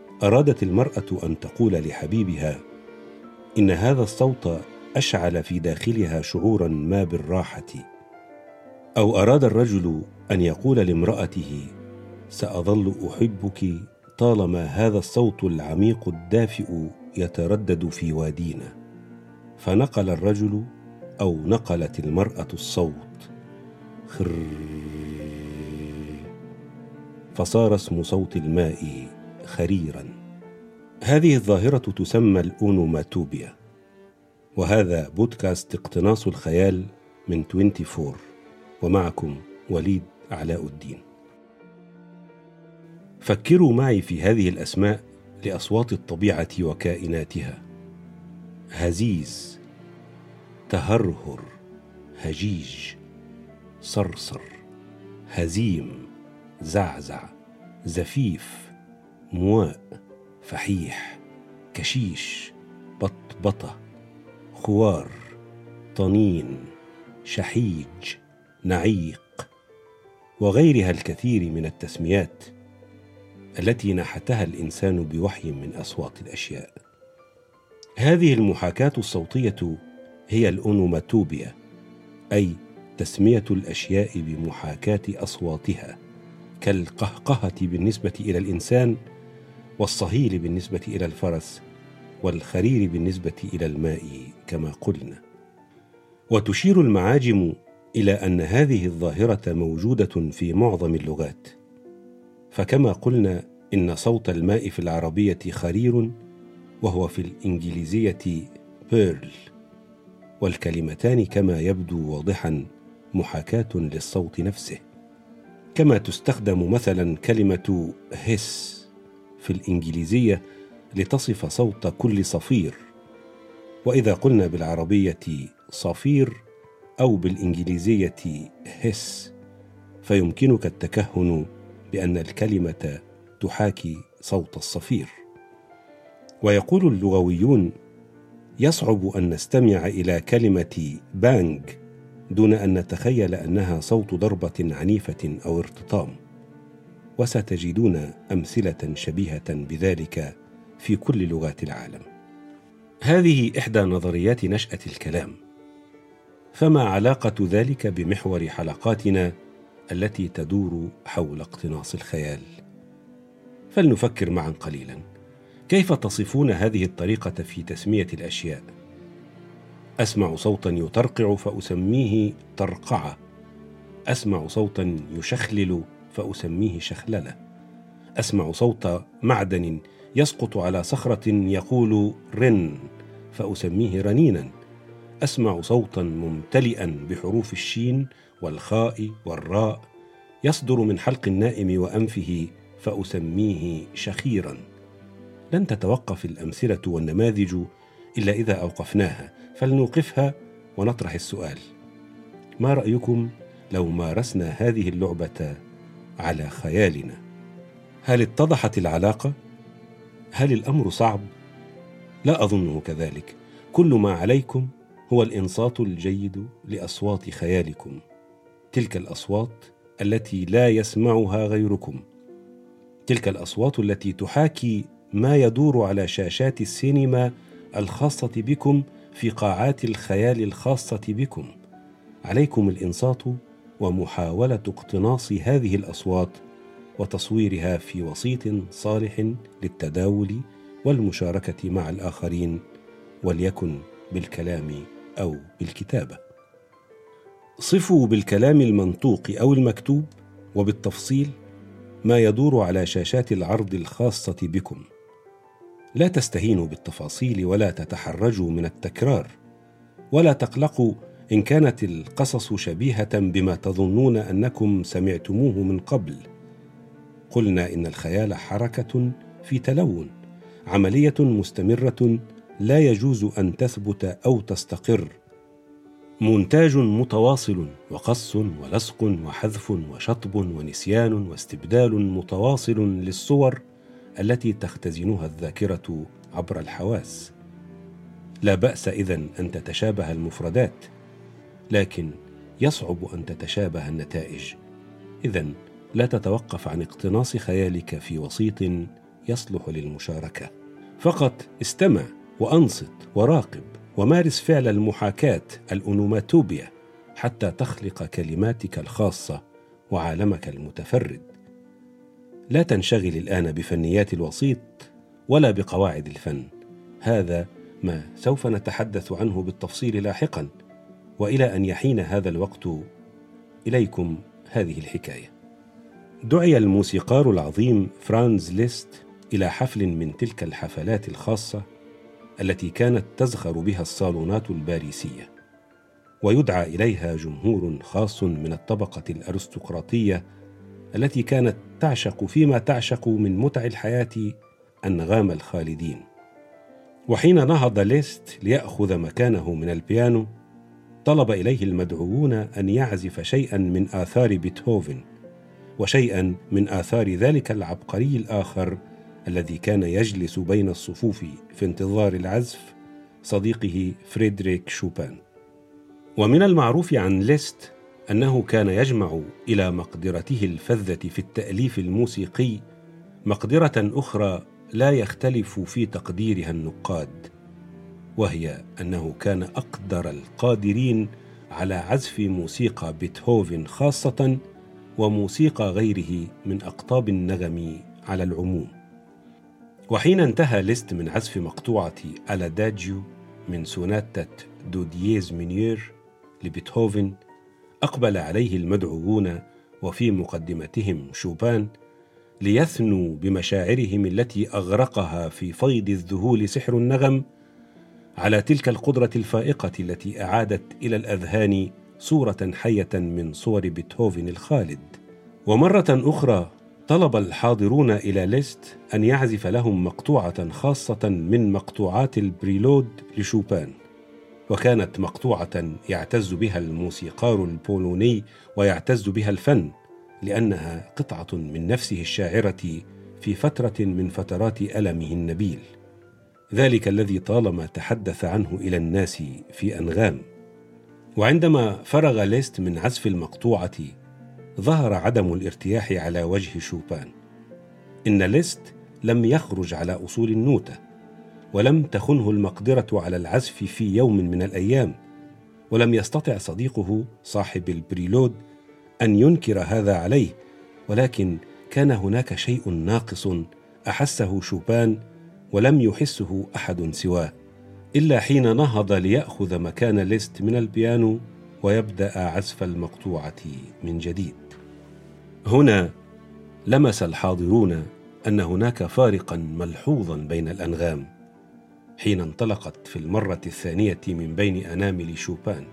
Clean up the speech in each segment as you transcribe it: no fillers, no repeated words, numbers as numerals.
أرادت المرأة أن تقول لحبيبها إن هذا الصوت أشعل في داخلها شعورا ما بالراحة، أو أراد الرجل أن يقول لامرأته سأظل أحبك طالما هذا الصوت العميق الدافئ يتردد في وادينا، فنقل الرجل أو نقلت المرأة الصوت خر، فصار اسم صوت الماء خريرا. هذه الظاهرة تسمى الأونوماتوبيا. وهذا بودكاست اقتناص الخيال من 24، ومعكم وليد علاء الدين. فكروا معي في هذه الأسماء لأصوات الطبيعة وكائناتها: هزيز، تهرهر، هجيج، صرصر، هزيم، زعزع، زفيف، مواء، فحيح، كشيش، بطبطة، خوار، طنين، شحيج، نعيق، وغيرها الكثير من التسميات التي نحتها الإنسان بوحي من أصوات الأشياء. هذه المحاكاة الصوتية هي الأونوماتوبيا، أي تسمية الأشياء بمحاكاة أصواتها، كالقهقهة بالنسبة إلى الإنسان، والصهيل بالنسبة إلى الفرس، والخرير بالنسبة إلى الماء كما قلنا. وتشير المعاجم إلى أن هذه الظاهرة موجودة في معظم اللغات، فكما قلنا إن صوت الماء في العربية خرير، وهو في الإنجليزية بيرل، والكلمتان كما يبدو واضحا محاكاة للصوت نفسه، كما تستخدم مثلا كلمة هس في الإنجليزية لتصف صوت كل صفير، وإذا قلنا بالعربية صفير أو بالإنجليزية هس فيمكنك التكهن بأن الكلمة تحاكي صوت الصفير. ويقول اللغويون: يصعب أن نستمع إلى كلمة بانج دون أن نتخيل أنها صوت ضربة عنيفة أو ارتطام، وستجدون أمثلة شبيهة بذلك في كل لغات العالم. هذه إحدى نظريات نشأة الكلام، فما علاقة ذلك بمحور حلقاتنا التي تدور حول اقتناص الخيال؟ فلنفكر معا قليلا. كيف تصفون هذه الطريقة في تسمية الأشياء؟ أسمع صوتا يطرقع فأسميه طرقعة، أسمع صوتا يشخلل فأسميه شخللة، أسمع صوت معدن يسقط على صخرة يقول رن فأسميه رنينا، أسمع صوتا ممتلئا بحروف الشين والخاء والراء يصدر من حلق النائم وأنفه فأسميه شخيرا. لن تتوقف الأمثلة والنماذج إلا إذا أوقفناها، فلنوقفها ونطرح السؤال: ما رأيكم لو مارسنا هذه اللعبة على خيالنا؟ هل اتضحت العلاقة؟ هل الأمر صعب؟ لا أظنه كذلك. كل ما عليكم هو الإنصات الجيد لأصوات خيالكم، تلك الأصوات التي لا يسمعها غيركم، تلك الأصوات التي تحاكي ما يدور على شاشات السينما الخاصة بكم في قاعات الخيال الخاصة بكم. عليكم الإنصات ومحاولة اقتناص هذه الأصوات وتصويرها في وسيط صالح للتداول والمشاركة مع الآخرين، وليكن بالكلام أو بالكتابة. صفوا بالكلام المنطوق أو المكتوب وبالتفصيل ما يدور على شاشات العرض الخاصة بكم. لا تستهينوا بالتفاصيل ولا تتحرجوا من التكرار، ولا تقلقوا إن كانت القصص شبيهة بما تظنون أنكم سمعتموه من قبل. قلنا إن الخيال حركة في تلون، عملية مستمرة لا يجوز أن تثبت أو تستقر، مونتاج متواصل وقص ولصق وحذف وشطب ونسيان واستبدال متواصل للصور التي تختزنها الذاكرة عبر الحواس. لا بأس إذن أن تتشابه المفردات، لكن يصعب أن تتشابه النتائج. إذن لا تتوقف عن اقتناص خيالك في وسيط يصلح للمشاركة، فقط استمع وأنصت وراقب ومارس فعل المحاكاة الأونوماتوبيا حتى تخلق كلماتك الخاصة وعالمك المتفرد. لا تنشغل الآن بفنيات الوسيط ولا بقواعد الفن، هذا ما سوف نتحدث عنه بالتفصيل لاحقا. وإلى أن يحين هذا الوقت إليكم هذه الحكاية. دعي الموسيقار العظيم فرانز ليست إلى حفل من تلك الحفلات الخاصة التي كانت تزخر بها الصالونات الباريسية، ويدعى إليها جمهور خاص من الطبقة الأرستقراطية التي كانت تعشق فيما تعشق من متع الحياة أنغام الخالدين. وحين نهض ليست ليأخذ مكانه من البيانو، طلب إليه المدعوون أن يعزف شيئا من آثار بيتهوفن وشيئا من آثار ذلك العبقري الآخر الذي كان يجلس بين الصفوف في انتظار العزف، صديقه فريدريك شوبان. ومن المعروف عن ليست أنه كان يجمع إلى مقدرته الفذة في التأليف الموسيقي مقدرة أخرى لا يختلف في تقديرها النقاد، وهي أنه كان أقدر القادرين على عزف موسيقى بيتهوفن خاصة وموسيقى غيره من أقطاب النغم على العموم. وحين انتهى ليست من عزف مقطوعة الاداجيو من سوناتة دو دييز مينير لبيتهوفن، أقبل عليه المدعوون وفي مقدمتهم شوبان ليثنوا بمشاعرهم التي أغرقها في فيض الذهول سحر النغم على تلك القدرة الفائقة التي أعادت إلى الأذهان صورة حية من صور بيتهوفن الخالد. ومرة أخرى طلب الحاضرون إلى ليست أن يعزف لهم مقطوعة خاصة من مقطوعات البريلود لشوبان، وكانت مقطوعة يعتز بها الموسيقار البولوني ويعتز بها الفن، لأنها قطعة من نفسه الشاعرة في فترة من فترات ألمه النبيل، ذلك الذي طالما تحدث عنه إلى الناس في أنغام. وعندما فرغ ليست من عزف المقطوعة ظهر عدم الارتياح على وجه شوبان. إن ليست لم يخرج على أصول النوتة، ولم تخنه المقدرة على العزف في يوم من الأيام، ولم يستطع صديقه صاحب البريلود أن ينكر هذا عليه، ولكن كان هناك شيء ناقص أحسه شوبان ولم يحسه أحد سواه، إلا حين نهض ليأخذ مكان ليست من البيانو ويبدأ عزف المقطوعة من جديد. هنا لمس الحاضرون أن هناك فارقا ملحوظا بين الأنغام حين انطلقت في المرة الثانية من بين أنامل شوبان،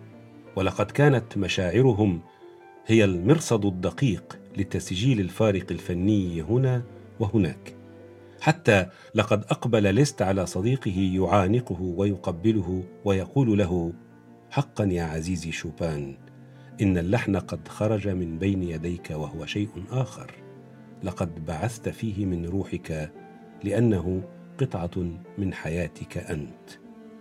ولقد كانت مشاعرهم هي المرصد الدقيق لتسجيل الفارق الفني هنا وهناك. حتى لقد أقبل ليست على صديقه يعانقه ويقبله ويقول له: حقا يا عزيزي شوبان، إن اللحن قد خرج من بين يديك وهو شيء آخر، لقد بعثت فيه من روحك، لأنه قطعة من حياتك أنت.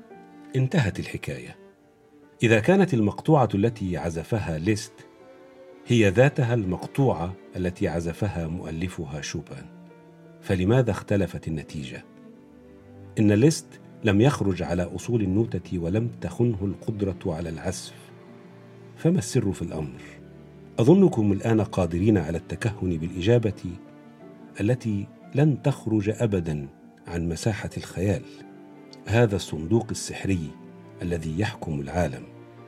انتهت الحكاية. إذا كانت المقطوعة التي عزفها ليست هي ذاتها المقطوعة التي عزفها مؤلفها شوبان، فلماذا اختلفت النتيجة؟ إن ليست لم يخرج على أصول النوتة ولم تخنه القدرة على العزف، فما السر في الأمر؟ أظنكم الآن قادرين على التكهن بالإجابة التي لن تخرج أبدا عن مساحة الخيال، هذا الصندوق السحري الذي يحكم العالم.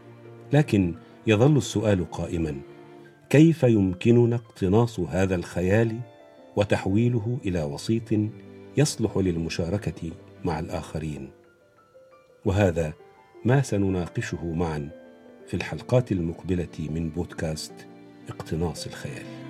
لكن يظل السؤال قائما: كيف يمكننا اقتناص هذا الخيال وتحويله إلى وسيط يصلح للمشاركة مع الآخرين؟ وهذا ما سنناقشه معا في الحلقات المقبلة من بودكاست اقتناص الخيال.